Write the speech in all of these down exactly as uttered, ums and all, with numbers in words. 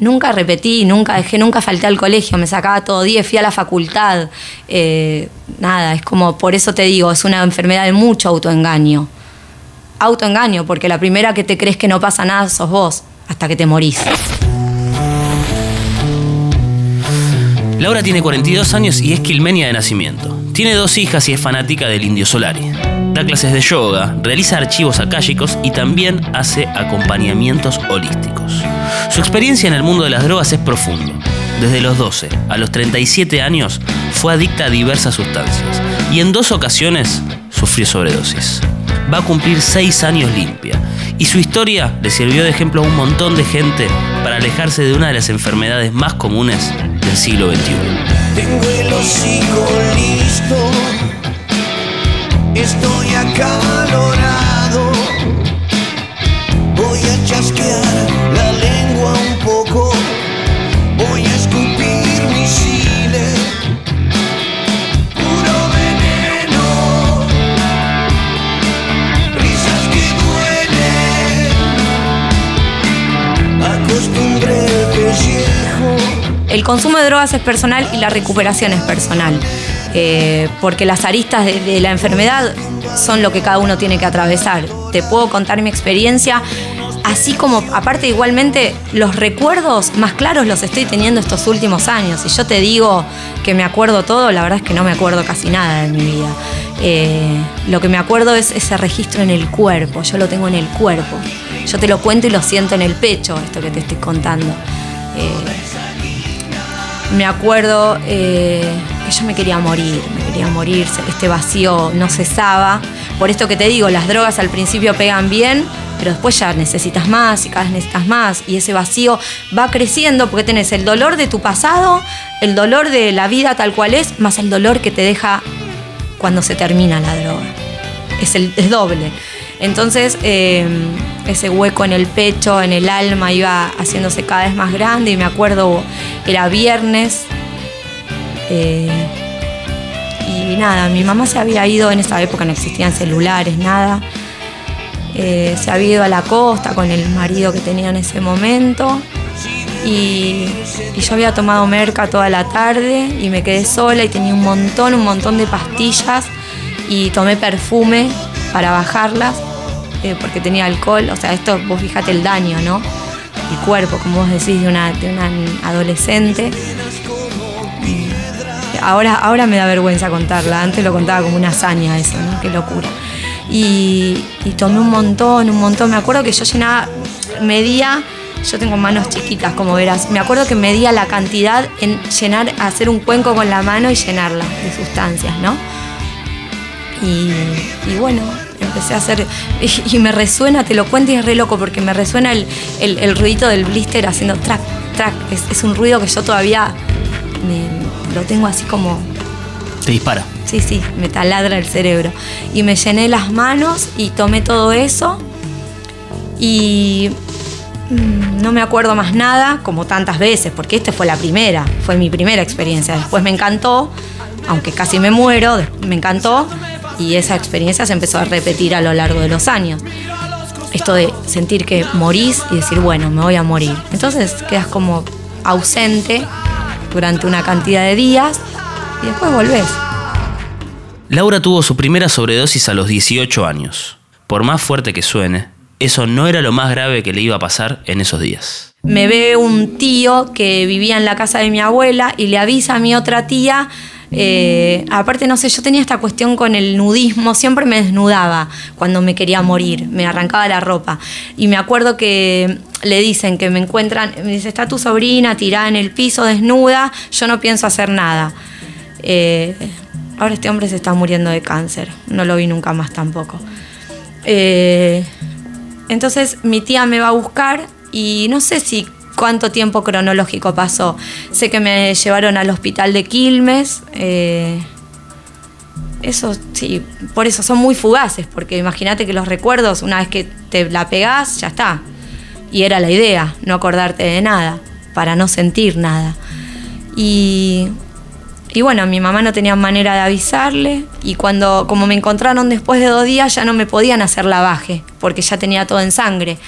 nunca repetí, nunca dejé, nunca falté al colegio, me sacaba todo diez, fui a la facultad. Eh, nada, es como, por eso te digo, es una enfermedad de mucho autoengaño. Autoengaño, porque la primera que te crees que no pasa nada sos vos, hasta que te morís. Laura tiene cuarenta y dos años y es quilmeña de nacimiento. Tiene dos hijas y es fanática del Indio Solari. Da clases de yoga, realiza archivos akáshicos y también hace acompañamientos holísticos. Su experiencia en el mundo de las drogas es profundo. Desde los doce a los treinta y siete años fue adicta a diversas sustancias y en dos ocasiones sufrió sobredosis. Va a cumplir seis años limpia y su historia le sirvió de ejemplo a un montón de gente para alejarse de una de las enfermedades más comunes del siglo veintiuno. Tengo el hocico listo, estoy acalorado, voy a chasquear la lengua un poco, voy a escupir misiles, puro veneno, risas que duelen, acostumbré el pellejo. El consumo de drogas es personal y la recuperación es personal, eh, porque las aristas de, de la enfermedad son lo que cada uno tiene que atravesar. Te puedo contar mi experiencia, así como, aparte, igualmente, los recuerdos más claros los estoy teniendo estos últimos años. Si yo te digo que me acuerdo todo, la verdad es que no me acuerdo casi nada de mi vida. Eh, lo que me acuerdo es ese registro en el cuerpo, yo lo tengo en el cuerpo. Yo te lo cuento y lo siento en el pecho, esto que te estoy contando. Eh, Me acuerdo eh, que yo me quería morir, me quería morir, este vacío no cesaba. Por esto que te digo, las drogas al principio pegan bien, pero después ya necesitas más y cada vez necesitas más. Y ese vacío va creciendo porque tenés el dolor de tu pasado, el dolor de la vida tal cual es, más el dolor que te deja cuando se termina la droga. Es, el, es doble. Entonces, eh, ese hueco en el pecho, en el alma, iba haciéndose cada vez más grande. Y me acuerdo, era viernes. Eh, y nada, mi mamá se había ido, en esa época no existían celulares, nada. Eh, se había ido a la costa con el marido que tenía en ese momento. Y, y yo había tomado merca toda la tarde y me quedé sola y tenía un montón, un montón de pastillas. Y tomé perfume para bajarlas, eh, porque tenía alcohol. O sea, esto, vos fíjate el daño, ¿no? El cuerpo, como vos decís, de una, de una adolescente. Y ahora, ahora me da vergüenza contarla. Antes lo contaba como una hazaña eso, ¿no? Qué locura. Y, y tomé un montón, un montón. Me acuerdo que yo llenaba, medía, yo tengo manos chiquitas, como verás. Me acuerdo que medía la cantidad en llenar, hacer un cuenco con la mano y llenarla de sustancias, ¿no? Y, y bueno, empecé a hacer, y, y me resuena, te lo cuento y es re loco, porque me resuena el, el, el ruidito del blister haciendo track, track. Es, es un ruido que yo todavía me, lo tengo así como... Te dispara. Sí, sí, me taladra el cerebro. Y me llené las manos y tomé todo eso y mmm, no me acuerdo más nada, como tantas veces, porque esta fue la primera, fue mi primera experiencia. Después me encantó, aunque casi me muero, me encantó. Y esa experiencia se empezó a repetir a lo largo de los años. Esto de sentir que morís y decir, bueno, me voy a morir. Entonces quedas como ausente durante una cantidad de días y después volvés. Laura tuvo su primera sobredosis a los dieciocho años. Por más fuerte que suene, eso no era lo más grave que le iba a pasar en esos días. Me ve un tío que vivía en la casa de mi abuela y le avisa a mi otra tía. Eh, aparte, no sé, yo tenía esta cuestión con el nudismo, siempre me desnudaba cuando me quería morir, me arrancaba la ropa. Y me acuerdo que le dicen que me encuentran, me dice, está tu sobrina tirada en el piso desnuda, yo no pienso hacer nada. Eh, ahora este hombre se está muriendo de cáncer, no lo vi nunca más tampoco. Eh, entonces mi tía me va a buscar y no sé si cuánto tiempo cronológico pasó. Sé que me llevaron al hospital de Quilmes. Eh, eso sí, por eso son muy fugaces, porque imagínate que los recuerdos, una vez que te la pegás, ya está. Y era la idea, no acordarte de nada, para no sentir nada. Y, y bueno, mi mamá no tenía manera de avisarle, y cuando, como me encontraron después de dos días, ya no me podían hacer lavaje, porque ya tenía todo en sangre.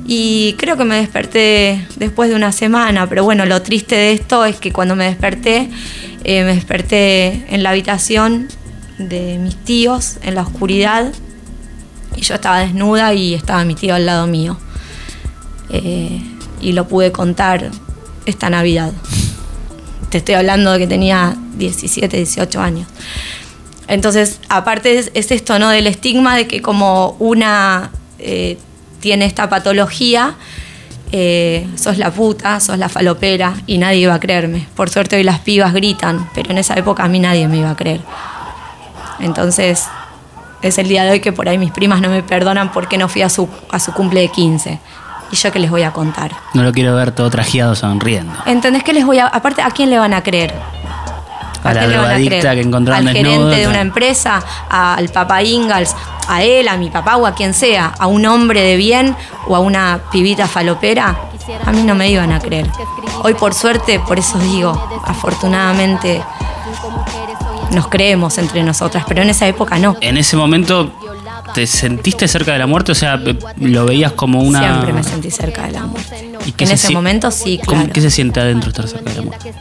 Y creo que me desperté después de una semana, pero bueno, lo triste de esto es que cuando me desperté, eh, me desperté en la habitación de mis tíos, en la oscuridad, y yo estaba desnuda y estaba mi tío al lado mío. Eh, y lo pude contar esta Navidad. Te estoy hablando de que tenía diecisiete, dieciocho años. Entonces, aparte es, es esto, ¿no? Del estigma de que como una eh, tiene esta patología, eh, sos la puta, sos la falopera y nadie iba a creerme. Por suerte hoy las pibas gritan, pero en esa época a mí nadie me iba a creer. Entonces, es el día de hoy que por ahí mis primas no me perdonan porque no fui a su, a su cumple de quince. ¿Y yo qué les voy a contar? No lo quiero ver todo trajeado sonriendo. ¿Entendés qué les voy a...? Aparte, ¿a quién le van a creer? ¿A, ¿A la drogadicta que encontraron al desnudo? Gerente de una empresa, al papá Ingalls, a él, a mi papá o a quien sea, a un hombre de bien o a una pibita falopera, a mí no me iban a creer. Hoy por suerte, por eso digo, afortunadamente nos creemos entre nosotras, pero en esa época no. En ese momento, ¿te sentiste cerca de la muerte? O sea, ¿lo veías como una...? Siempre me sentí cerca de la muerte. ¿Y qué en se ese si... momento sí, claro. ¿Qué se siente adentro estar cerca de la muerte?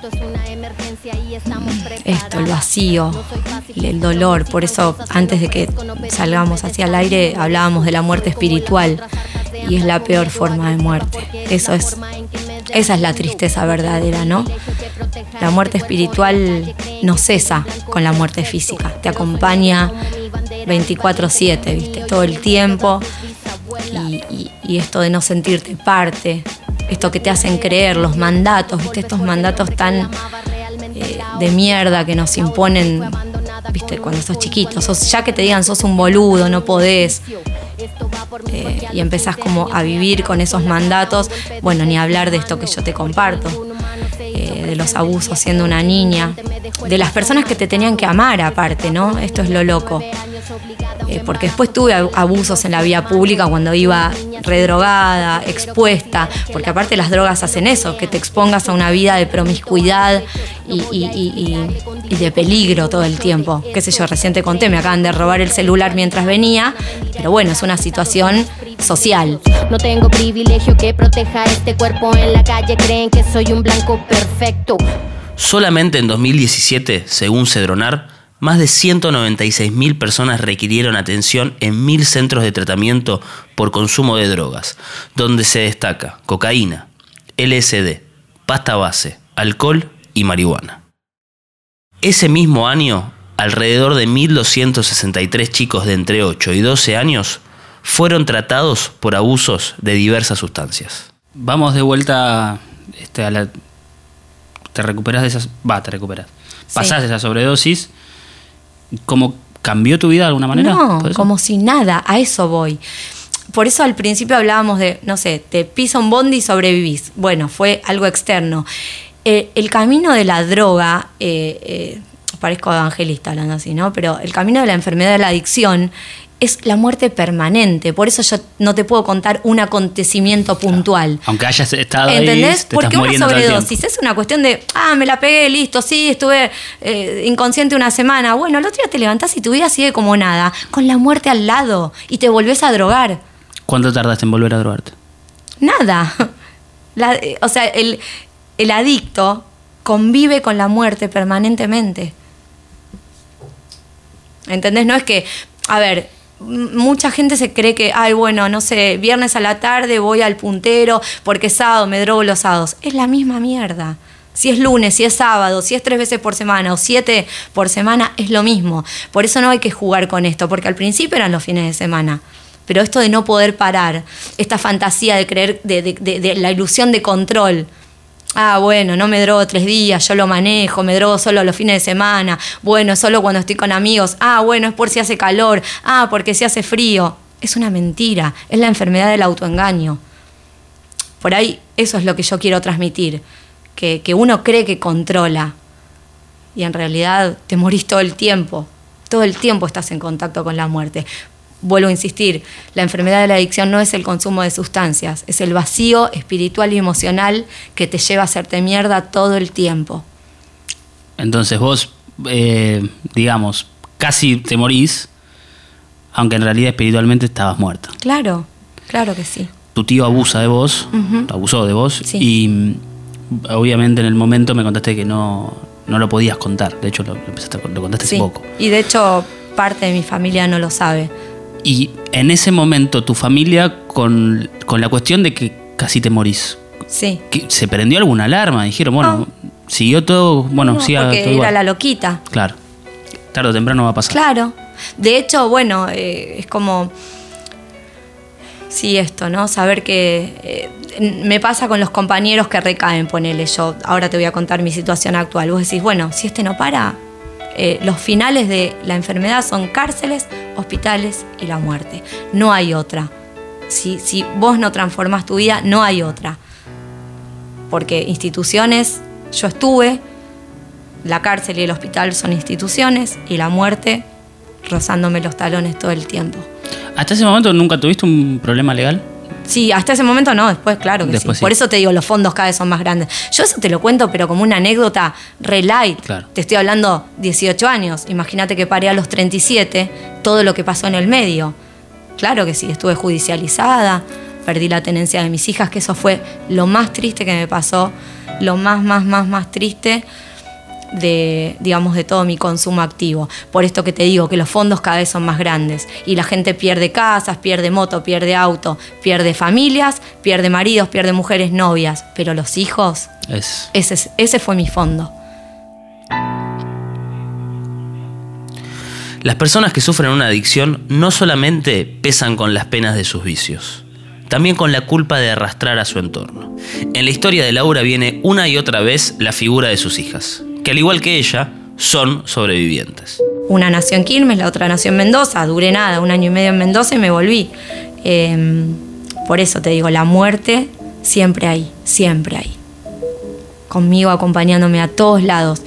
Esto, el vacío, el dolor. Por eso, antes de que salgamos hacia el aire, hablábamos de la muerte espiritual. Y es la peor forma de muerte. Eso es, esa es la tristeza verdadera, ¿no? La muerte espiritual no cesa con la muerte física. Te acompaña veinticuatro siete, ¿viste? Todo el tiempo. Y, y, y esto de no sentirte parte, esto que te hacen creer, los mandatos, ¿viste? Estos mandatos tan eh, de mierda que nos imponen, ¿viste? Cuando sos chiquito, sos, ya que te digan sos un boludo, no podés, eh, y empezás como a vivir con esos mandatos. Bueno, ni hablar de esto que yo te comparto, eh, de los abusos siendo una niña, de las personas que te tenían que amar aparte, ¿no? Esto es lo loco. Eh, porque después tuve abusos en la vía pública cuando iba redrogada, expuesta, porque aparte las drogas hacen eso, que te expongas a una vida de promiscuidad y, y, y, y de peligro todo el tiempo. Qué sé yo, recién te conté, me acaban de robar el celular mientras venía, pero bueno, es una situación social. No tengo privilegio que proteja este cuerpo en la calle, creen que soy un blanco perfecto. Solamente en dos mil diecisiete, según Cedronar, más de ciento noventa y seis mil personas requirieron atención en mil centros de tratamiento por consumo de drogas, donde se destaca cocaína, L S D, pasta base, alcohol y marihuana. Ese mismo año, alrededor de mil doscientos sesenta y tres chicos de entre ocho y doce años fueron tratados por abusos de diversas sustancias. Vamos de vuelta este, a la... Te recuperas de esas... Va, te recuperas. Pasás Sí. de esa sobredosis. ¿Cómo cambió tu vida de alguna manera? No, como si nada, a eso voy. Por eso al principio hablábamos de, no sé, te pisa un bondi y sobrevivís. Bueno, fue algo externo. Eh, el camino de la droga, eh, eh, parezco evangelista hablando así, ¿no? Pero el camino de la enfermedad de la adicción es la muerte permanente. Por eso yo no te puedo contar un acontecimiento puntual. Claro. Aunque hayas estado ¿entendés? ahí, te Porque estás una muriendo todo el sobredosis tiempo. es una cuestión de, ah, me la pegué, listo, sí, estuve eh, inconsciente una semana. Bueno, el otro día te levantás y tu vida sigue como nada, con la muerte al lado, y te volvés a drogar. ¿Cuánto tardaste en volver a drogarte? Nada. La, eh, o sea, el, el adicto convive con la muerte permanentemente. ¿Entendés? No es que, a ver, mucha gente se cree que, ay, bueno, no sé, viernes a la tarde voy al puntero porque es sábado, me drogo los sábados. Es la misma mierda. Si es lunes, si es sábado, si es tres veces por semana o siete por semana, es lo mismo. Por eso no hay que jugar con esto, porque al principio eran los fines de semana. Pero esto de no poder parar, esta fantasía de creer, de, de, de, de la ilusión de control. Ah, bueno, no me drogo tres días, yo lo manejo, me drogo solo los fines de semana. Bueno, solo cuando estoy con amigos. Ah, bueno, es por si hace calor. Ah, porque si hace frío. Es una mentira, es la enfermedad del autoengaño. Por ahí eso es lo que yo quiero transmitir, que, que uno cree que controla y en realidad te morís todo el tiempo. Todo el tiempo estás en contacto con la muerte. Vuelvo a insistir, la enfermedad de la adicción no es el consumo de sustancias, es el vacío espiritual y emocional que te lleva a hacerte mierda todo el tiempo. Entonces vos, eh, digamos, casi te morís, aunque en realidad espiritualmente estabas muerta. Claro, claro que sí. tu tío abusa de vos, Ujú. abusó de vos, Sí. y mm, obviamente en el momento me contaste que no, no lo podías contar. De hecho, lo, empezaste a- lo contaste Sí. hace poco. Y de hecho, parte de mi familia no lo sabe. Y en ese momento, tu familia, con, con la cuestión de que casi te morís, Sí. ¿qué- ¿se prendió alguna alarma? Dijeron, bueno, siguió todo, bueno, No, siga porque todo era igual. la loquita. Claro. Tarde o temprano va a pasar. Claro. De hecho, bueno, eh, es como. Sí, esto, ¿no? Saber que. eh, me pasa con los compañeros que recaen, ponele. Yo ahora te voy a contar mi situación actual. Vos decís, bueno, si este no para, eh, los finales de la enfermedad son cárceles, hospitales y la muerte. No hay otra. Si, si vos no transformás tu vida, no hay otra. Porque instituciones, yo estuve, la cárcel y el hospital son instituciones, y la muerte rozándome los talones todo el tiempo. ¿Hasta ese momento nunca tuviste un problema legal? Sí, hasta ese momento no, después claro que Después sí. sí. Por eso te digo, los fondos cada vez son más grandes. Yo eso te lo cuento, pero como una anécdota re light. Claro. Te estoy hablando dieciocho años. Imagínate que paré a los treinta y siete, todo lo que pasó en el medio. Claro que sí, estuve judicializada, perdí la tenencia de mis hijas, que eso fue lo más triste que me pasó, lo más, más, más, más triste de, digamos, de todo mi consumo activo. Por esto que te digo, que los fondos cada vez son más grandes y la gente pierde casas, pierde moto, pierde auto, pierde familias, pierde maridos, pierde mujeres, novias, pero los hijos, Es. ese, es- ese fue mi fondo. Las personas que sufren una adicción no solamente pesan con las penas de sus vicios, también con la culpa de arrastrar a su entorno. En la historia de Laura viene una y otra vez la figura de sus hijas, que al igual que ella, son sobrevivientes. Una nació en Quilmes, la otra nació en Mendoza, duré nada, un año y medio en Mendoza y me volví. Eh, por eso te digo, la muerte siempre ahí, siempre ahí. Conmigo, acompañándome a todos lados.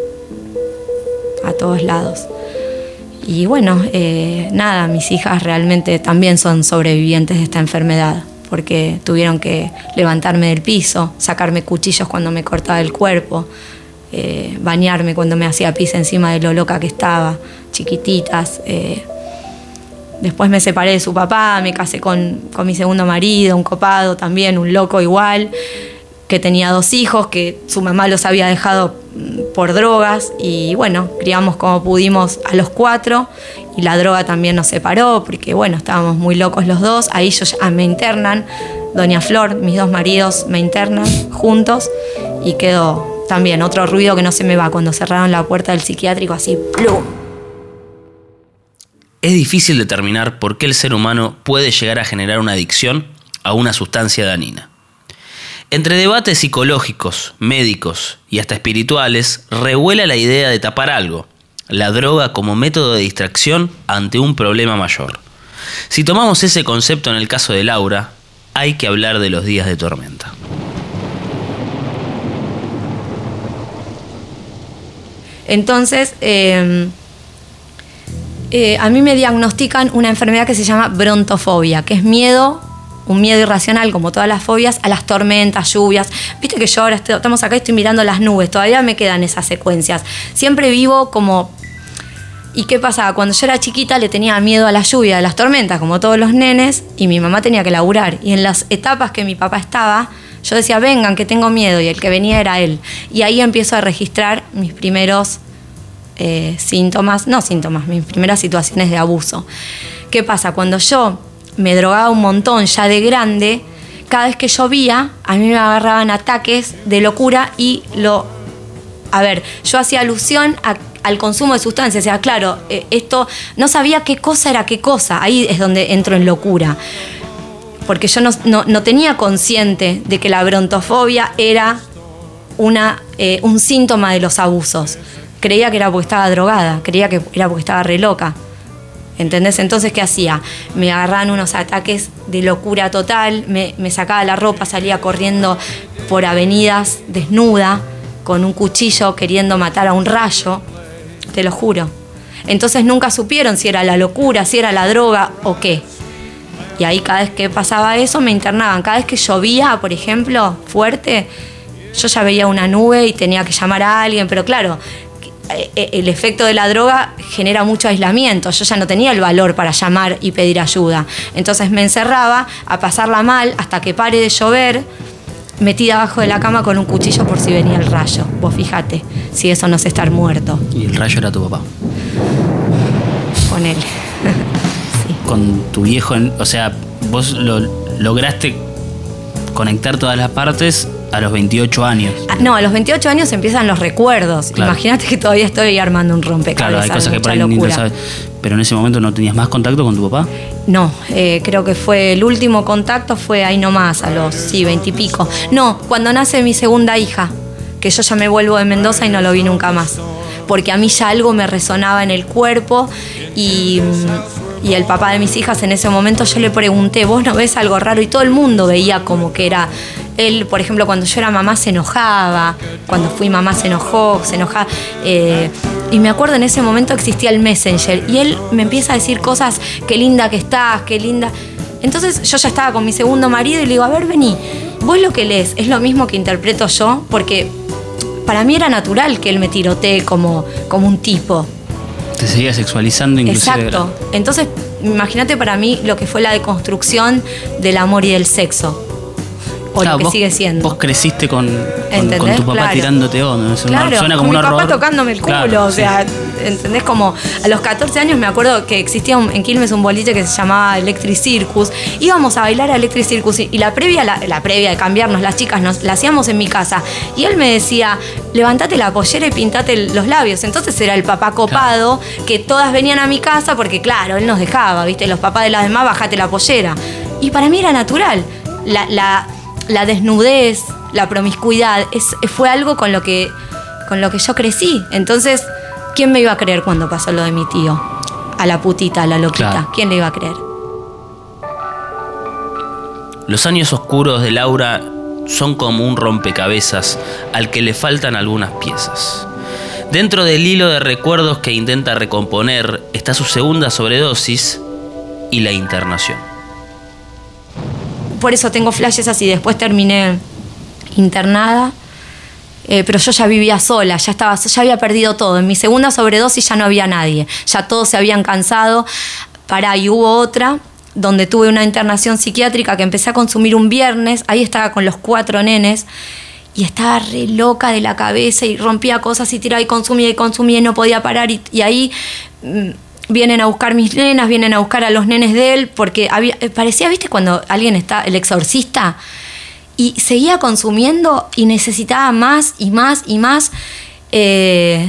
A todos lados. Y bueno, eh, nada, mis hijas realmente también son sobrevivientes de esta enfermedad, porque tuvieron que levantarme del piso, sacarme cuchillos cuando me cortaba el cuerpo, eh, bañarme cuando me hacía pis encima de lo loca que estaba, chiquititas. Eh. Después me separé de su papá, me casé con, con mi segundo marido, un copado también, un loco igual, que tenía dos hijos, que su mamá los había dejado mm, por drogas, y bueno, criamos como pudimos a los cuatro, y la droga también nos separó, porque bueno, estábamos muy locos los dos. Ahí yo ya me internan, doña Flor, mis dos maridos me internan juntos, y quedó también otro ruido que no se me va, cuando cerraron la puerta del psiquiátrico, así, ¡plum! Es difícil determinar por qué el ser humano puede llegar a generar una adicción a una sustancia dañina. Entre debates psicológicos, médicos y hasta espirituales, revuela la idea de tapar algo, la droga como método de distracción ante un problema mayor. Si tomamos ese concepto en el caso de Laura, hay que hablar de los días de tormenta. Entonces, eh, eh, a mí me diagnostican una enfermedad que se llama brontofobia, que es miedo, un miedo irracional, como todas las fobias, a las tormentas, lluvias. Viste que yo ahora estoy- estamos acá y estoy mirando las nubes, todavía me quedan esas secuencias. Siempre vivo como... ¿Y qué pasaba? Cuando yo era chiquita le tenía miedo a la lluvia, a las tormentas, como todos los nenes, y mi mamá tenía que laburar. Y en las etapas que mi papá estaba, yo decía, vengan, que tengo miedo, y el que venía era él. Y ahí empiezo a registrar mis primeros eh, síntomas, no síntomas, mis primeras situaciones de abuso. ¿Qué pasa? Cuando yo me drogaba un montón ya de grande, cada vez que llovía, a mí me agarraban ataques de locura y lo... A ver, yo hacía alusión a al consumo de sustancias. O sea, claro, eh, esto no sabía qué cosa era qué cosa. Ahí es donde entro en locura. Porque yo no, no, no tenía consciente de que la brontofobia era una, eh, un síntoma de los abusos. Creía que era porque estaba drogada, creía que era porque estaba re loca. ¿Entendés? Entonces, ¿qué hacía? Me agarraban unos ataques de locura total, me, me sacaba la ropa, salía corriendo por avenidas desnuda, con un cuchillo queriendo matar a un rayo. Te lo juro. Entonces nunca supieron si era la locura, si era la droga o qué. Y ahí cada vez que pasaba eso me internaban. Cada vez que llovía, por ejemplo, fuerte, yo ya veía una nube y tenía que llamar a alguien. Pero claro, el efecto de la droga genera mucho aislamiento. Yo ya no tenía el valor para llamar y pedir ayuda. Entonces me encerraba a pasarla mal hasta que pare de llover, metida abajo de la cama con un cuchillo por si venía el rayo. Vos fíjate, si eso no es estar muerto. Y el rayo era tu papá. Ponele. Sí. Con tu viejo, en- o sea, vos lo, lograste conectar todas las partes a los veintiocho años. Ah, no, a los veintiocho años empiezan los recuerdos. Claro. Imagínate que todavía estoy armando un rompecabezas. Claro, hay cosas que por mucha ahí ni lo locura. sabes. Pero en ese momento no tenías más contacto con tu papá. No, eh, creo que fue el último contacto fue ahí nomás, a los, sí, veintipico. No, cuando nace mi segunda hija, que yo ya me vuelvo de Mendoza y no lo vi nunca más. Porque a mí ya algo me resonaba en el cuerpo y, y el papá de mis hijas en ese momento yo le pregunté, ¿vos no ves algo raro? Y todo el mundo veía como que era... Él, por ejemplo, cuando yo era mamá se enojaba, cuando fui mamá se enojó, se enojaba. Eh, y me acuerdo en ese momento existía el Messenger y él me empieza a decir cosas, qué linda que estás, qué linda. Entonces yo ya estaba con mi segundo marido y le digo, a ver, vení, vos lo que lees es lo mismo que interpreto yo, porque para mí era natural que él me tirotee como, como un tipo. Te seguía sexualizando inclusive. Exacto. Entonces, imagínate para mí lo que fue la deconstrucción del amor y del sexo. O Claro, lo que vos, sigue siendo. Vos creciste con, con, ¿Entendés? con tu papá Claro. tirándote onda. ¿No? Suena, Claro, suena como con un mi horror. papá tocándome el culo, Claro, o sí. sea, ¿entendés? Como a los catorce años me acuerdo que existía un- en Quilmes un boliche que se llamaba Electric Circus. Íbamos a bailar a Electric Circus y, y la previa, la, la previa de cambiarnos las chicas, nos la hacíamos en mi casa. Y él me decía, levantate la pollera y pintate el- los labios. Entonces era el papá copado, que todas venían a mi casa porque, claro, él nos dejaba, ¿viste? Los papás de las demás, bajate la pollera. Y para mí era natural. La, la, la desnudez, la promiscuidad, es, fue algo con lo que con lo que yo crecí. Entonces, ¿quién me iba a creer cuando pasó lo de mi tío? A la putita, a la loquita. Claro. ¿Quién le iba a creer? Los años oscuros de Laura son como un rompecabezas al que le faltan algunas piezas. Dentro del hilo de recuerdos que intenta recomponer está su segunda sobredosis y la internación. Por eso tengo flashes así. Después terminé internada, eh, pero yo ya vivía sola, ya estaba, ya había perdido todo. En mi segunda sobredosis ya no había nadie, ya todos se habían cansado. Pará, y hubo otra donde tuve una internación psiquiátrica que empecé a consumir un viernes. Ahí estaba con los cuatro nenes y estaba re loca de la cabeza y rompía cosas y tiraba y consumía y consumía y no podía parar. Y, y ahí mm, vienen a buscar mis nenas, vienen a buscar a los nenes de él, porque había, parecía, ¿viste? Cuando alguien está, el exorcista, y seguía consumiendo y necesitaba más y más y más. Eh,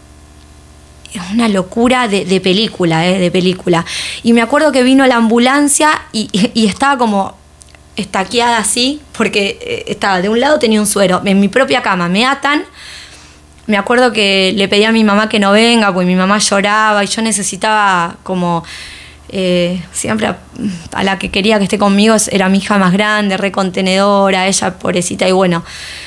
una locura de, de película, eh, de película. Y me acuerdo que vino la ambulancia y, y, y estaba como estaqueada así, porque eh, estaba de un lado, tenía un suero, en mi propia cama, me atan. Me acuerdo que le pedí a mi mamá que no venga, porque mi mamá lloraba y yo necesitaba como... Eh, siempre a, a la que quería que esté conmigo era mi hija más grande, recontenedora, ella pobrecita. Y bueno,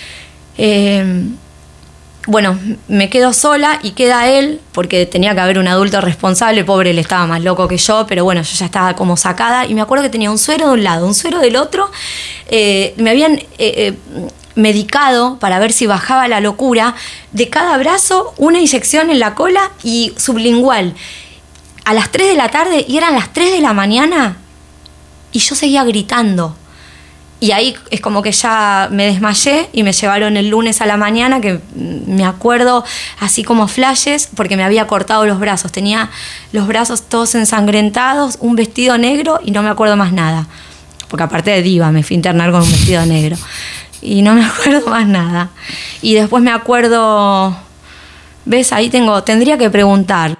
eh, bueno, me quedo sola y queda él, porque tenía que haber un adulto responsable. Pobre, él estaba más loco que yo, pero bueno, yo ya estaba como sacada. Y me acuerdo que tenía un suero de un lado, un suero del otro. Eh, me habían... Eh, eh, medicado para ver si bajaba la locura. De cada brazo una inyección en la cola y sublingual a las tres de la tarde, y eran las tres de la mañana y yo seguía gritando. Y ahí es como que ya me desmayé y me llevaron el lunes a la mañana, que me acuerdo así como flashes, porque me había cortado los brazos, tenía los brazos todos ensangrentados, un vestido negro y no me acuerdo más nada, porque aparte de diva me fui a internar con un vestido negro. Y no me acuerdo más nada. Y después me acuerdo... ¿Ves? Ahí tengo... Tendría que preguntar.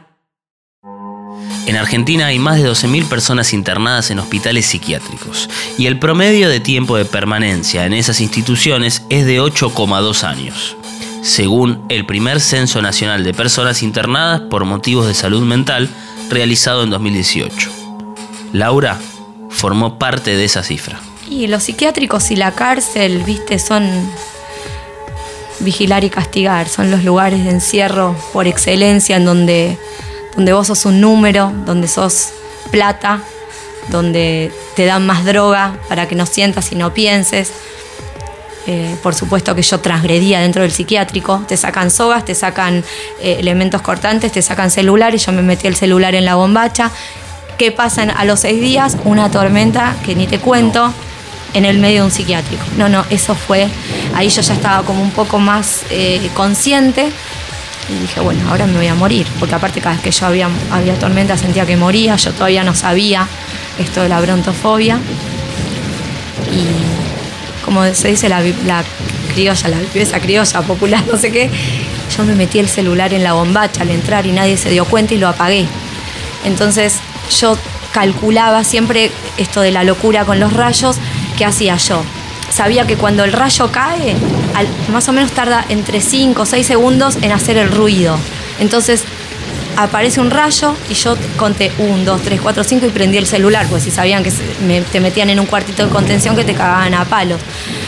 En Argentina hay más de doce mil personas internadas en hospitales psiquiátricos y el promedio de tiempo de permanencia en esas instituciones es de ocho coma dos años, según el primer Censo Nacional de Personas Internadas por Motivos de Salud Mental realizado en dos mil dieciocho. Laura formó parte de esa cifra. Y los psiquiátricos y la cárcel, viste, son vigilar y castigar, son los lugares de encierro por excelencia en donde, donde vos sos un número, donde sos plata, donde te dan más droga para que no sientas y no pienses. Eh, por supuesto que yo transgredía dentro del psiquiátrico. Te sacan sogas, te sacan eh, elementos cortantes, te sacan celular y yo me metí el celular en la bombacha. ¿Qué pasa a los seis días? Una tormenta que ni te cuento en el medio de un psiquiátrico. No, no, eso fue... Ahí yo ya estaba como un poco más eh, consciente y dije, bueno, ahora me voy a morir. Porque aparte cada vez que yo había, había tormenta sentía que moría. Yo todavía no sabía esto de la brontofobia. Y como se dice la, la criolla, la viveza criolla popular, no sé qué, yo me metí el celular en la bombacha al entrar y nadie se dio cuenta y lo apagué. Entonces yo calculaba siempre esto de la locura con los rayos. ¿Qué hacía yo? Sabía que cuando el rayo cae, al, más o menos tarda entre cinco o seis segundos en hacer el ruido. Entonces aparece un rayo y yo conté uno, dos, tres, cuatro, cinco y prendí el celular, pues si sabían que se, me, te metían en un cuartito de contención que te cagaban a palos.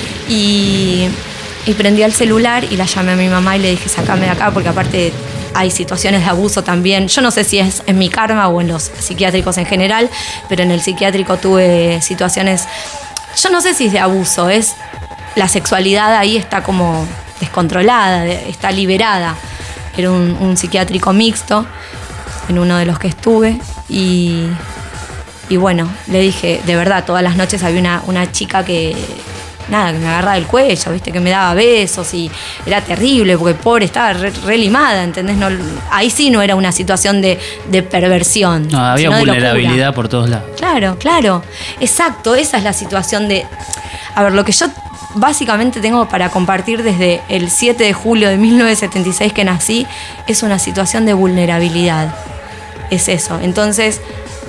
Y, y prendí el celular y la llamé a mi mamá y le dije, sacame de acá, porque aparte hay situaciones de abuso también. Yo no sé si es en mi karma o en los psiquiátricos en general, pero en el psiquiátrico tuve situaciones, yo no sé si es de abuso, es la sexualidad ahí está como descontrolada, está liberada. Era un, un psiquiátrico mixto, en uno de los que estuve, y, y bueno, le dije, de verdad, todas las noches había una, una chica que, nada, que me agarraba el cuello, viste, que me daba besos, y era terrible, porque pobre, estaba re, re limada, ¿entendés? No, ahí sí no era una situación de, de perversión. No, había vulnerabilidad por todos lados. Claro, claro, exacto, esa es la situación de... A ver, lo que yo... básicamente tengo para compartir desde el siete de julio de mil novecientos setenta y seis que nací, es una situación de vulnerabilidad. Es eso. Entonces,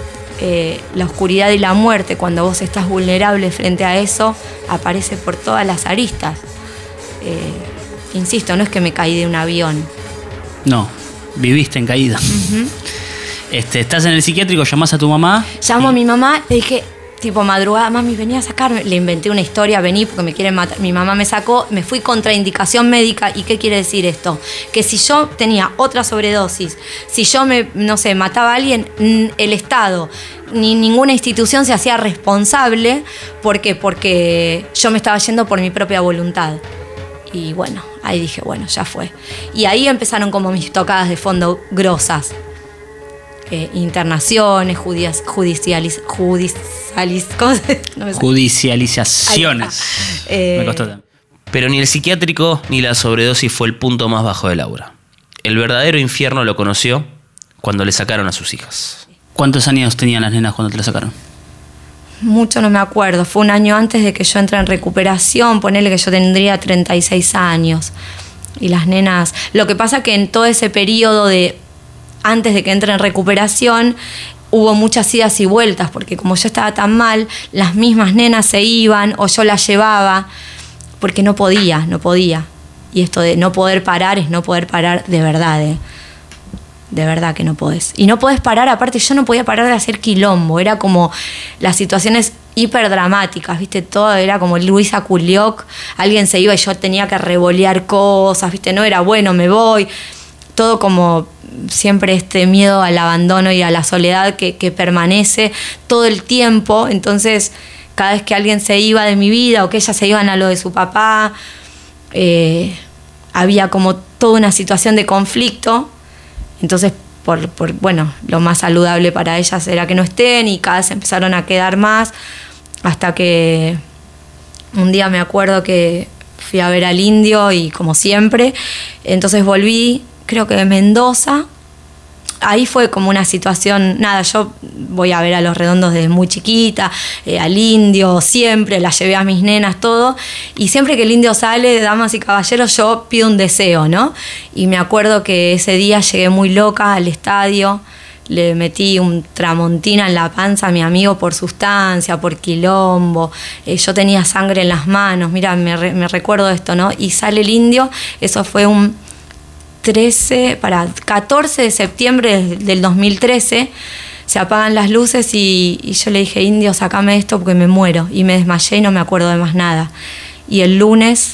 eh, la oscuridad y la muerte, cuando vos estás vulnerable frente a eso, aparece por todas las aristas. Eh, insisto, no es que me caí de un avión. No, viviste en caída. Uh-huh. Este, estás en el psiquiátrico, llamás a tu mamá. Llamo y... a mi mamá, le dije... tipo madrugada, mami, venía a sacarme. Le inventé una historia, vení porque me quieren matar. Mi mamá me sacó, me fui contra indicación médica. ¿Y qué quiere decir esto? Que si yo tenía otra sobredosis, si yo me, no sé, mataba a alguien, el Estado ni ninguna institución se hacía responsable. ¿Por qué? Porque yo me estaba yendo por mi propia voluntad. Y bueno, ahí dije, bueno, ya fue. Y ahí empezaron como mis tocadas de fondo grosas. Eh, internaciones, judicializ, judicializ, judicializ, ¿cómo se, no me judicializaciones. Eh, me costó también. Pero ni el psiquiátrico ni la sobredosis fue el punto más bajo de Laura. El verdadero infierno lo conoció cuando le sacaron a sus hijas. ¿Cuántos años tenían las nenas cuando te la sacaron? Mucho no me acuerdo. Fue un año antes de que yo entré en recuperación. Ponele que yo tendría treinta y seis años. Y las nenas... Lo que pasa que en todo ese periodo de... antes de que entre en recuperación, hubo muchas idas y vueltas, porque como yo estaba tan mal, las mismas nenas se iban o yo las llevaba, porque no podía, no podía. Y esto de no poder parar es no poder parar de verdad, ¿eh? De verdad que no podés. Y no podés parar, aparte yo no podía parar de hacer quilombo, era como las situaciones hiperdramáticas, ¿viste? Todo era como Luisa Culioc, alguien se iba y yo tenía que revolear cosas, ¿viste? No era bueno, me voy... todo como siempre este miedo al abandono y a la soledad que, que permanece todo el tiempo. Entonces, cada vez que alguien se iba de mi vida o que ellas se iban a lo de su papá, eh, había como toda una situación de conflicto. Entonces, por, por, bueno, lo más saludable para ellas era que no estén y cada vez empezaron a quedar más, hasta que un día me acuerdo que fui a ver al Indio y como siempre, entonces volví, creo que de Mendoza. Ahí fue como una situación, nada, yo voy a ver a Los Redondos desde muy chiquita, eh, al Indio, siempre, la llevé a mis nenas, todo, y siempre que el Indio sale, damas y caballeros, yo pido un deseo, ¿no? Y me acuerdo que ese día llegué muy loca al estadio, le metí un tramontina en la panza a mi amigo por sustancia, por quilombo, eh, yo tenía sangre en las manos, mira, me, re, me recuerdo esto, ¿no? Y sale el Indio, eso fue un... trece, para catorce de septiembre del dos mil trece, se apagan las luces y, y yo le dije, Indio, sacame esto porque me muero. Y me desmayé y no me acuerdo de más nada. Y el lunes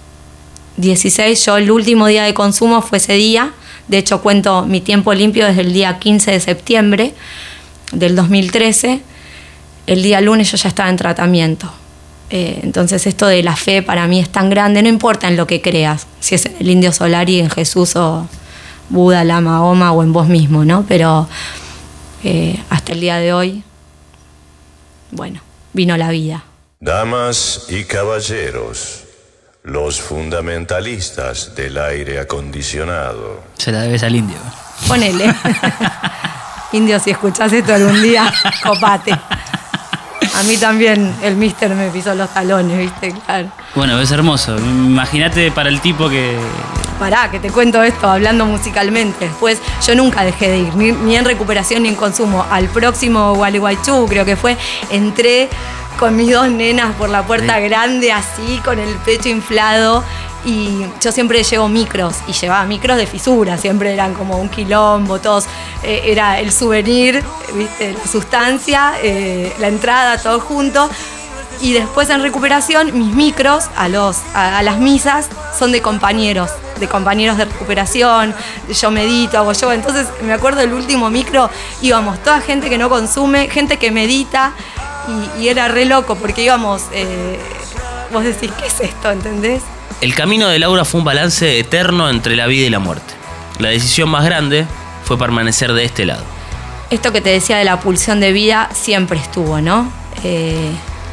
dieciséis, yo el último día de consumo fue ese día. De hecho, cuento mi tiempo limpio desde el día quince de septiembre del dos mil trece. El día lunes yo ya estaba en tratamiento. Eh, entonces esto de la fe para mí es tan grande, no importa en lo que creas, si es en el Indio Solari, en Jesús o Buda, la Mahoma o en vos mismo, ¿no? Pero eh, hasta el día de hoy, bueno, vino la vida. Damas y caballeros, los fundamentalistas del aire acondicionado. Se la debes al indio. Ponele. Indio, si escuchás esto algún día, copate. A mí también el mister me pisó los talones, ¿viste? Claro. Bueno, es hermoso. Imagínate para el tipo que... Pará, que te cuento esto, hablando musicalmente. Después, yo nunca dejé de ir, ni, ni en recuperación ni en consumo. Al próximo Gualeguaychú, creo que fue, entré con mis dos nenas por la puerta sí. grande, así, con el pecho inflado. Y yo siempre llevo micros, y llevaba micros de fisura, siempre eran como un quilombo, todos, eh, era el souvenir, ¿viste? La sustancia, eh, la entrada, todo junto. Y después en recuperación, mis micros a, los, a, a las misas son de compañeros, de compañeros de recuperación, yo medito, hago yoga. Entonces me acuerdo del último micro, íbamos toda gente que no consume, gente que medita, y, y era re loco, porque íbamos, eh, vos decís, ¿qué es esto? ¿Entendés? El camino de Laura fue un balance eterno entre la vida y la muerte. La decisión más grande fue permanecer de este lado. Esto que te decía de la pulsión de vida siempre estuvo, ¿no? Eh,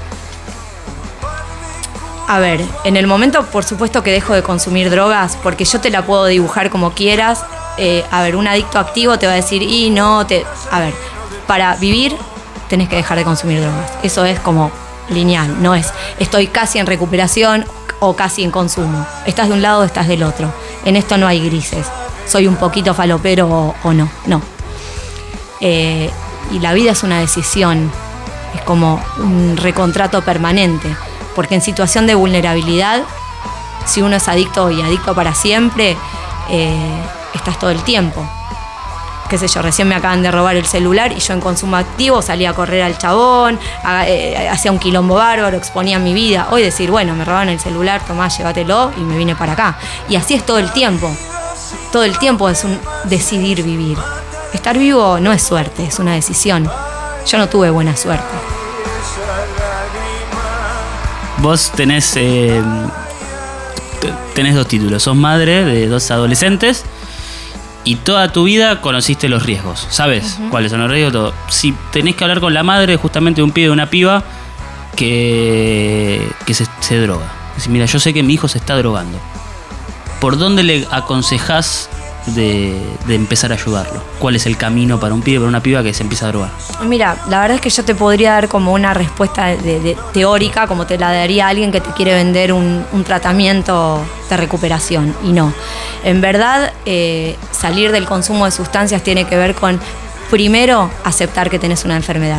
a ver, en el momento, por supuesto que dejo de consumir drogas, porque yo te la puedo dibujar como quieras. Eh, a ver, un adicto activo te va a decir, y no, te... A ver, para vivir tenés que dejar de consumir drogas. Eso es como lineal, no es estoy casi en recuperación o casi en consumo. Estás de un lado o estás del otro. En esto no hay grises. Soy un poquito falopero o, o no. No. Eh, y la vida es una decisión. Es como un recontrato permanente. Porque en situación de vulnerabilidad, si uno es adicto y adicto para siempre, eh, estás todo el tiempo. Qué sé yo, recién me acaban de robar el celular y yo en consumo activo salía a correr al chabón, a, eh, hacía un quilombo bárbaro, exponía mi vida. Hoy decir, bueno, me robaron el celular, tomá, llévatelo, y me vine para acá. Y así es todo el tiempo. Todo el tiempo es un decidir vivir. Estar vivo no es suerte, es una decisión. Yo no tuve buena suerte. Vos tenés, eh, tenés dos títulos. Sos madre de dos adolescentes. Y toda tu vida conociste los riesgos, ¿sabes? Uh-huh. ¿Cuáles son los riesgos? Todo. Si tenés que hablar con la madre justamente de un pibe, de una piba que, que se, se droga. Decís, mira, yo sé que mi hijo se está drogando. ¿Por dónde le aconsejás de, de empezar a ayudarlo? ¿Cuál es el camino para un pibe, para una piba que se empieza a drogar? Mira, la verdad es que yo te podría dar como una respuesta de, de, teórica, como te la daría alguien que te quiere vender un, un tratamiento de recuperación, y no. En verdad, eh, salir del consumo de sustancias tiene que ver con, primero, aceptar que tenés una enfermedad.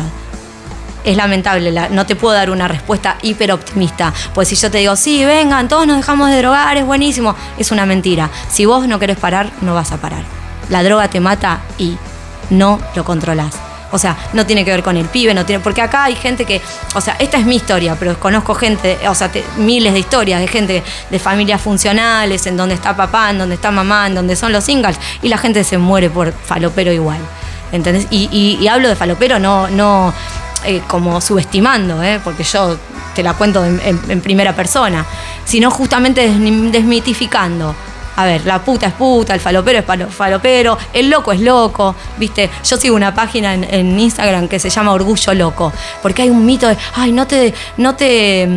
Es lamentable, la, no te puedo dar una respuesta hiper optimista, pues si yo te digo, sí, vengan, todos nos dejamos de drogar, es buenísimo, es una mentira. Si vos no querés parar, no vas a parar. La droga te mata y no lo controlás. O sea, no tiene que ver con el pibe, no tiene, porque acá hay gente que, o sea, esta es mi historia, pero conozco gente, o sea, te, miles de historias de gente de familias funcionales, en donde está papá, en donde está mamá, en donde son los singles, y la gente se muere por falopero igual, ¿entendés? Y, y, y hablo de falopero no, no eh, como subestimando, ¿eh? Porque yo te la cuento en, en, en primera persona, sino justamente desmitificando. A ver, la puta es puta, el falopero es falopero, el loco es loco, ¿viste? Yo sigo una página en, en Instagram que se llama Orgullo Loco, porque hay un mito de, ay, no te, no te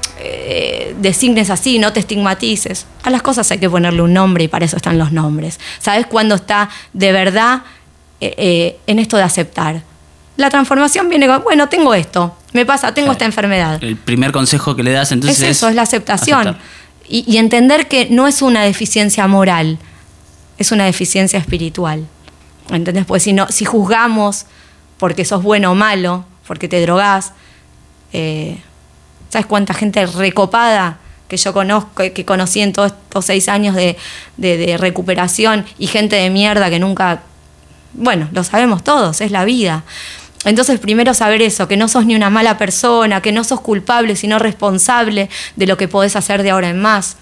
eh, designes así, no te estigmatices. A las cosas hay que ponerle un nombre y para eso están los nombres. ¿Sabes cuándo está de verdad eh, eh, en esto de aceptar? La transformación viene con, bueno, tengo esto, me pasa, tengo esta enfermedad. El primer consejo que le das entonces es... Es eso, es la aceptación. Aceptar. Y, y entender que no es una deficiencia moral, es una deficiencia espiritual. ¿Entendés? Pues si, no, si juzgamos porque sos bueno o malo, porque te drogás, eh, ¿sabes cuánta gente recopada que yo conozco, que conocí en todos estos seis años de, de, de recuperación, y gente de mierda que nunca... Bueno, lo sabemos todos, es la vida. Entonces, primero saber eso, que no sos ni una mala persona, que no sos culpable, sino responsable de lo que podés hacer de ahora en más.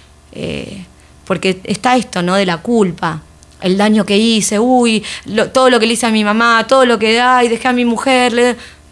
Eh, porque está esto, ¿no? De la culpa, el daño que hice, uy, lo, todo lo que le hice a mi mamá, todo lo que da y dejé a mi mujer. Le...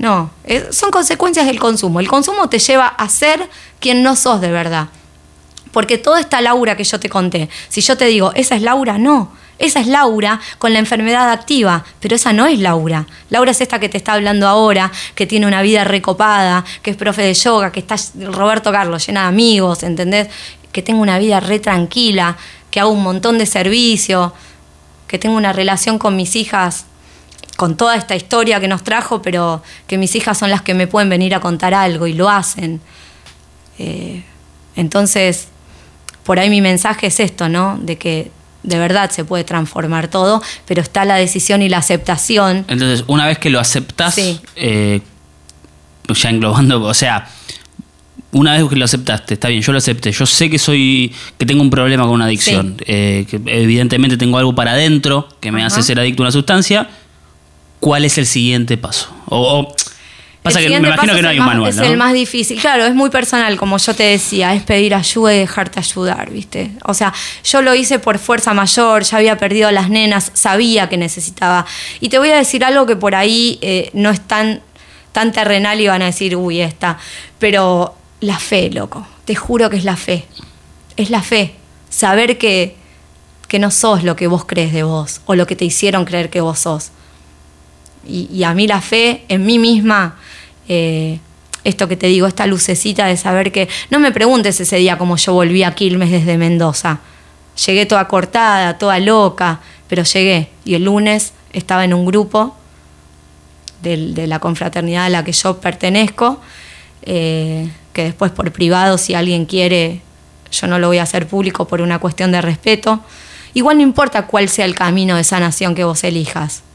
No, eh, son consecuencias del consumo. El consumo te lleva a ser quien no sos de verdad. Porque toda esta Laura que yo te conté, si yo te digo, esa es Laura, no. Esa es Laura con la enfermedad activa, pero esa no es Laura. Laura es esta que te está hablando ahora, que tiene una vida recopada, que es profe de yoga, que está Roberto Carlos, llena de amigos, ¿entendés? Que tengo una vida re tranquila, que hago un montón de servicio, que tengo una relación con mis hijas, con toda esta historia que nos trajo, pero que mis hijas son las que me pueden venir a contar algo y lo hacen. Eh, entonces, por ahí mi mensaje es esto, ¿no? De que de verdad se puede transformar todo, pero está la decisión y la aceptación. Entonces, una vez que lo aceptás, sí. eh, ya englobando, o sea, una vez que lo aceptaste, está bien, yo lo acepté, yo sé que soy, que tengo un problema con una adicción, sí. eh, que evidentemente tengo algo para adentro que me Ajá. hace ser adicto a una sustancia. ¿Cuál es el siguiente paso? O, o pasa que me imagino que no hay un manual, es ¿no? el más difícil. Claro, es muy personal, como yo te decía, es pedir ayuda y dejarte ayudar, ¿viste? O sea, yo lo hice por fuerza mayor, ya había perdido a las nenas, sabía que necesitaba. Y te voy a decir algo que por ahí eh, no es tan, tan terrenal y van a decir, uy, esta. Pero la fe, loco, te juro que es la fe. Es la fe. Saber que, que no sos lo que vos crees de vos o lo que te hicieron creer que vos sos. Y, y a mí la fe en mí misma, eh, esto que te digo, esta lucecita de saber que... No me preguntes ese día cómo yo volví a Quilmes desde Mendoza. Llegué toda cortada, toda loca, pero llegué. Y el lunes estaba en un grupo de, de la confraternidad a la que yo pertenezco, eh, que después por privado, si alguien quiere, yo no lo voy a hacer público por una cuestión de respeto. Igual no importa cuál sea el camino de sanación que vos elijas.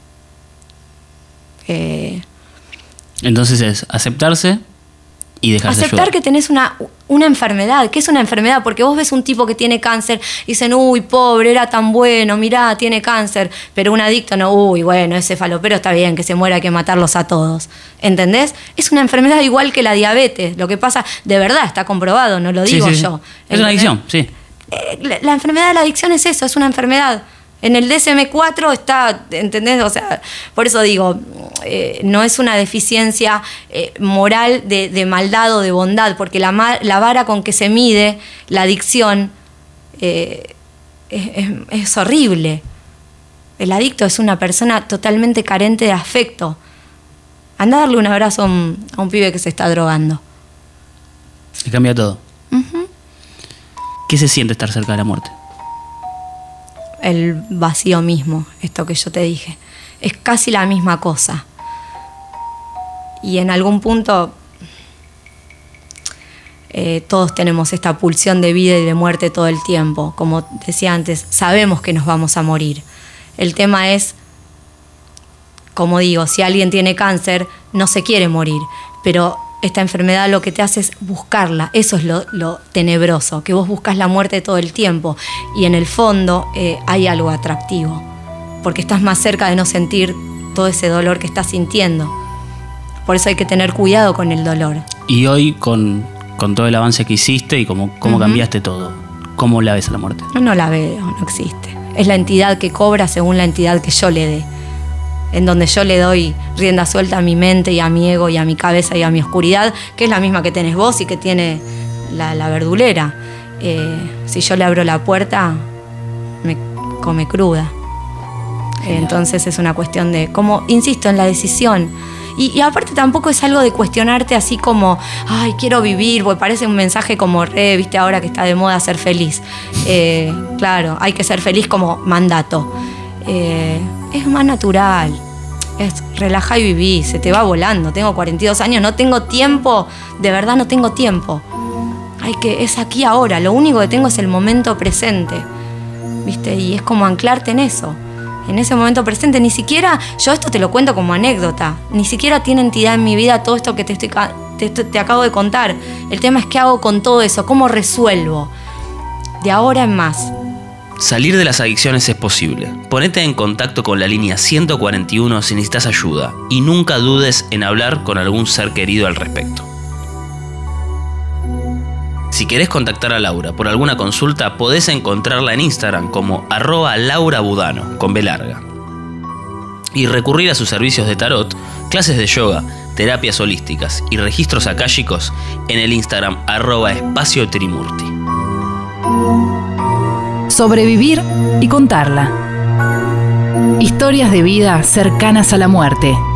Eh, Entonces es aceptarse y dejarse aceptar ayudar. que tenés una, una enfermedad. ¿Qué es una enfermedad? Porque vos ves un tipo que tiene cáncer y dicen, uy, pobre, era tan bueno, mirá, tiene cáncer. Pero un adicto no, uy, bueno, ese falopero está bien, que se muera, hay que matarlos a todos. ¿Entendés? Es una enfermedad igual que la diabetes. Lo que pasa, de verdad, está comprobado, no lo digo sí, sí, yo. Sí. Es una adicción, sí. Eh, la, la enfermedad de la adicción es eso, es una enfermedad. En el D S M cuatro está, ¿entendés? O sea, por eso digo, eh, no es una deficiencia eh, moral de, de maldad o de bondad, porque la, la vara con que se mide la adicción eh, es, es, es horrible. El adicto es una persona totalmente carente de afecto. Anda a darle un abrazo a un, a un pibe que se está drogando. Y cambia todo. Uh-huh. ¿Qué se siente estar cerca de la muerte? El vacío mismo, esto que yo te dije. Es casi la misma cosa. Y en algún punto eh, todos tenemos esta pulsión de vida y de muerte todo el tiempo. Como decía antes, sabemos que nos vamos a morir. El tema es, como digo, si alguien tiene cáncer, no se quiere morir, pero esta enfermedad lo que te hace es buscarla. Eso es lo, lo tenebroso, que vos buscas la muerte todo el tiempo y en el fondo eh, hay algo atractivo, porque estás más cerca de no sentir todo ese dolor que estás sintiendo. Por eso hay que tener cuidado con el dolor. Y hoy, con, con todo el avance que hiciste y cómo, cómo uh-huh. cambiaste todo, ¿cómo la ves a la muerte? No, no la veo, no existe. Es la entidad que cobra según la entidad que yo le dé. En donde yo le doy rienda suelta a mi mente y a mi ego y a mi cabeza y a mi oscuridad, que es la misma que tenés vos y que tiene la, la verdulera. Eh, si yo le abro la puerta, me come cruda. Eh, entonces es una cuestión de, como, insisto, en la decisión. Y, y aparte tampoco es algo de cuestionarte así como, ay, quiero vivir, porque parece un mensaje como re, viste, ahora que está de moda ser feliz. Eh, claro, hay que ser feliz como mandato. Eh, es más natural, es relajá y viví, se te va volando. Tengo cuarenta y dos años, no tengo tiempo, de verdad no tengo tiempo. Hay que, es aquí ahora, lo único que tengo es el momento presente, ¿viste? Y es como anclarte en eso, en ese momento presente. Ni siquiera, yo esto te lo cuento como anécdota, ni siquiera tiene entidad en mi vida todo esto que te, estoy, te, te acabo de contar. El tema es qué hago con todo eso, cómo resuelvo, de ahora en más. Salir de las adicciones es posible. Ponete en contacto con la línea ciento cuarenta y uno si necesitas ayuda y nunca dudes en hablar con algún ser querido al respecto. Si querés contactar a Laura por alguna consulta, podés encontrarla en Instagram como arroba Laura Budano, con B larga. Y recurrir a sus servicios de tarot, clases de yoga, terapias holísticas y registros akáshicos en el Instagram arroba espacio trimurti. Sobrevivir y contarla. Historias de vida cercanas a la muerte.